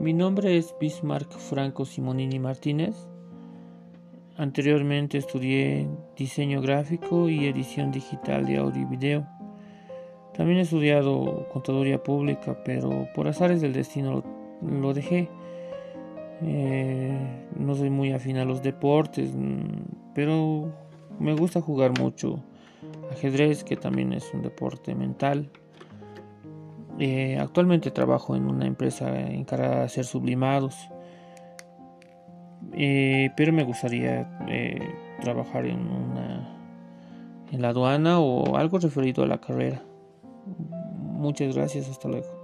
Mi nombre es Bismarck Franco Simonini Martínez. Anteriormente estudié diseño gráfico y edición digital de audio y video. También he estudiado contaduría pública, pero por azares del destino lo dejé. No soy muy afín a los deportes, pero me gusta jugar mucho ajedrez, que también es un deporte mental. Actualmente trabajo en una empresa encargada de hacer sublimados, pero me gustaría trabajar en la aduana o algo referido a la carrera. Muchas gracias, hasta luego.